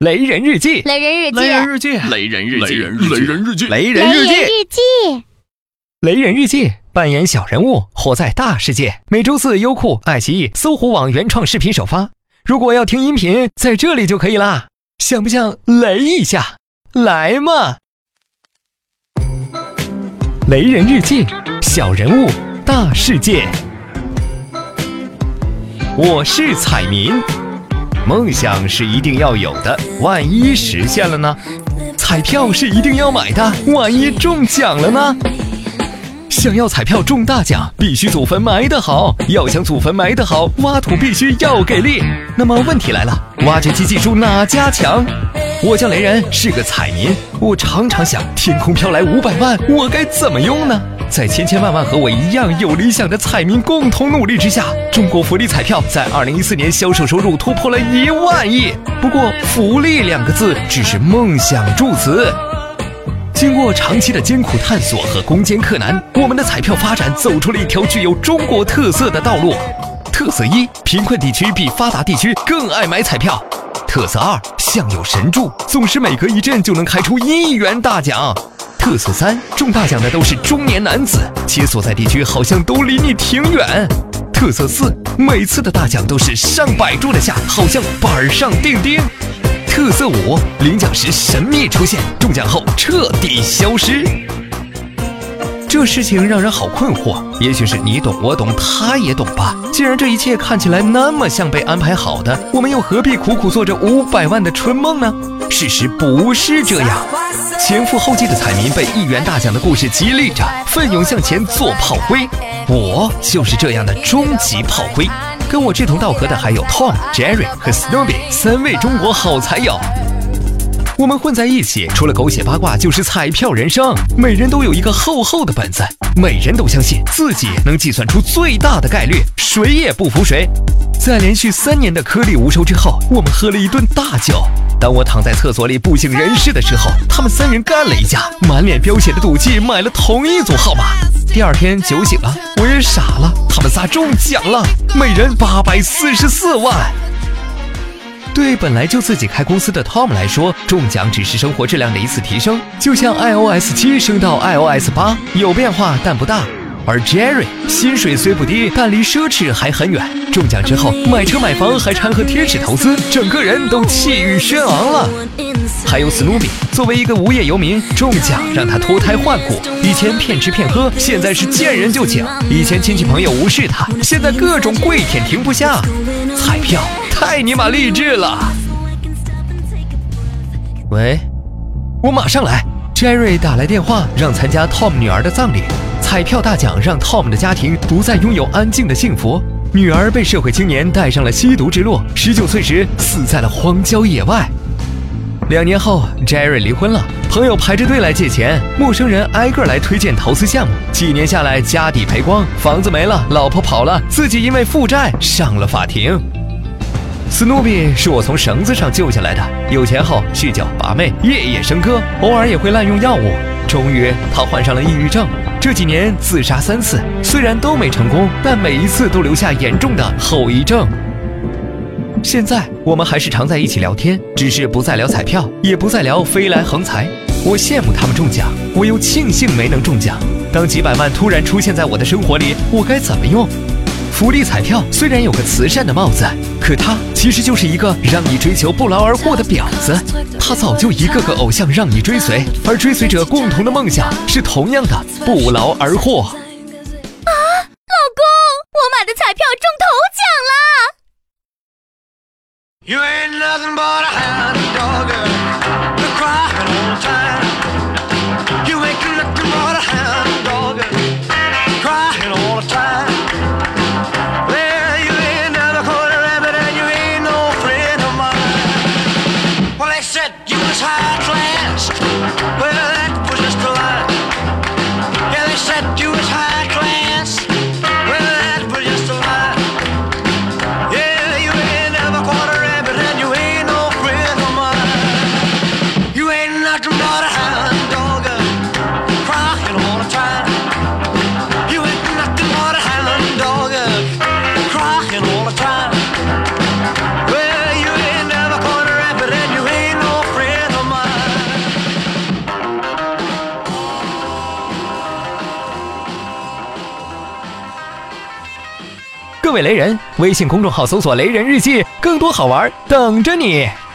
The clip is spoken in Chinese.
雷人日记， 雷人日记， 雷人日记， 雷人日记， 雷人日记， 雷人日记， 雷人日记。 雷人日记，扮演小人物，活在大世界。每周四优酷、爱奇艺、搜狐网原创视频首发。如果要听音频，在这里就可以啦。想不想雷一下？来嘛！雷人日记，小人物，大世界。我是彩民。梦想是一定要有的，万一实现了呢？彩票是一定要买的，万一中奖了呢？想要彩票中大奖，必须祖坟埋得好。要想祖坟埋得好，挖土必须要给力。那么问题来了，挖掘机技术哪家强？我叫雷人，是个彩民。我常常想，天空飘来500万，我该怎么用呢？在千千万万和我一样有理想的彩民共同努力之下，中国福利彩票在2014年销售收入突破了1万亿。不过福利2个字只是梦想助词。经过长期的艰苦探索和攻坚克难，我们的彩票发展走出了一条具有中国特色的道路。特色1，贫困地区比发达地区更爱买彩票。特色2，相有神助，总是每隔一阵就能开出1亿元大奖。特色3，中大奖的都是中年男子，且所在地区好像都离你挺远。特色4，每次的大奖都是上百注的下，好像板上钉钉。特色5，领奖时神秘出现，中奖后彻底消失。这事情让人好困惑，也许是你懂我懂他也懂吧。既然这一切看起来那么像被安排好的，我们又何必苦苦做着500万的春梦呢？事实不是这样。前赴后继的彩民被1亿元大奖的故事激励着，奋勇向前做炮灰。我就是这样的终极炮灰。跟我志同道合的还有 Tom、Jerry 和 Snoopy 3位中国好彩友。我们混在一起，除了狗血八卦就是彩票人生。每人都有一个厚厚的本子，每人都相信自己能计算出最大的概率，谁也不服谁。在连续3年的颗粒无收之后，我们喝了一顿大酒。当我躺在厕所里不省人事的时候，他们3人干了一架，满脸飙血的赌气买了同一组号码。第2天酒醒了，我也傻了，他们仨中奖了，每人844万。对本来就自己开公司的 Tom 来说，中奖只是生活质量的一次提升，就像 iOS 7升到 iOS 8，有变化但不大。而 Jerry 薪水虽不低，但离奢侈还很远。中奖之后买车买房还掺和天使投资，整个人都气宇轩昂了。还有 Snoopy 作为一个无业游民，中奖让他脱胎换骨，以前骗吃骗喝，现在是见人就请。以前亲戚朋友无视他，现在各种跪舔停不下。彩票太尼玛励志了。喂，我马上来。Jerry 打来电话，让参加 Tom 女儿的葬礼。彩票大奖让 Tom 的家庭不再拥有安静的幸福，女儿被社会青年带上了吸毒之路，19岁时死在了荒郊野外。2年后 ，Jerry 离婚了，朋友排着队来借钱，陌生人挨个来推荐投资项目。几年下来，家底赔光，房子没了，老婆跑了，自己因为负债上了法庭。Snoopy 是我从绳子上救下来的，有钱后酗酒把妹，夜夜笙歌，偶尔也会滥用药物。终于，他患上了抑郁症，这几年自杀3次，虽然都没成功，但每一次都留下严重的后遗症。现在我们还是常在一起聊天，只是不再聊彩票，也不再聊飞来横财。我羡慕他们中奖，我又庆幸没能中奖。当几百万突然出现在我的生活里，我该怎么用？福利彩票虽然有个慈善的帽子，可它其实就是一个让你追求不劳而获的婊子。它早就一个个偶像让你追随，而追随者共同的梦想是同样的不劳而获。 啊，老公，我买的彩票中头奖了！ You ain't nothing but a hound dog, you're crying all the time. You ain't nothing but a hound dog, crying all the time. Well, you ain't never caught a rabbit and you ain't no friend of mine. Well, they said you was high class. Well, that was just a lie. Yeah, they said you was high class. Well, that was just a lie. Yeah, you ain't never caught a rabbit and you ain't no friend of mine. You ain't nothing but a hound dog, crying all the time. You ain't nothing but a hound dog, crying all the time. Well, you ain't never caught a rabbit and you ain't 各位雷人，微信公众号搜索雷人日记，更多好玩等着你。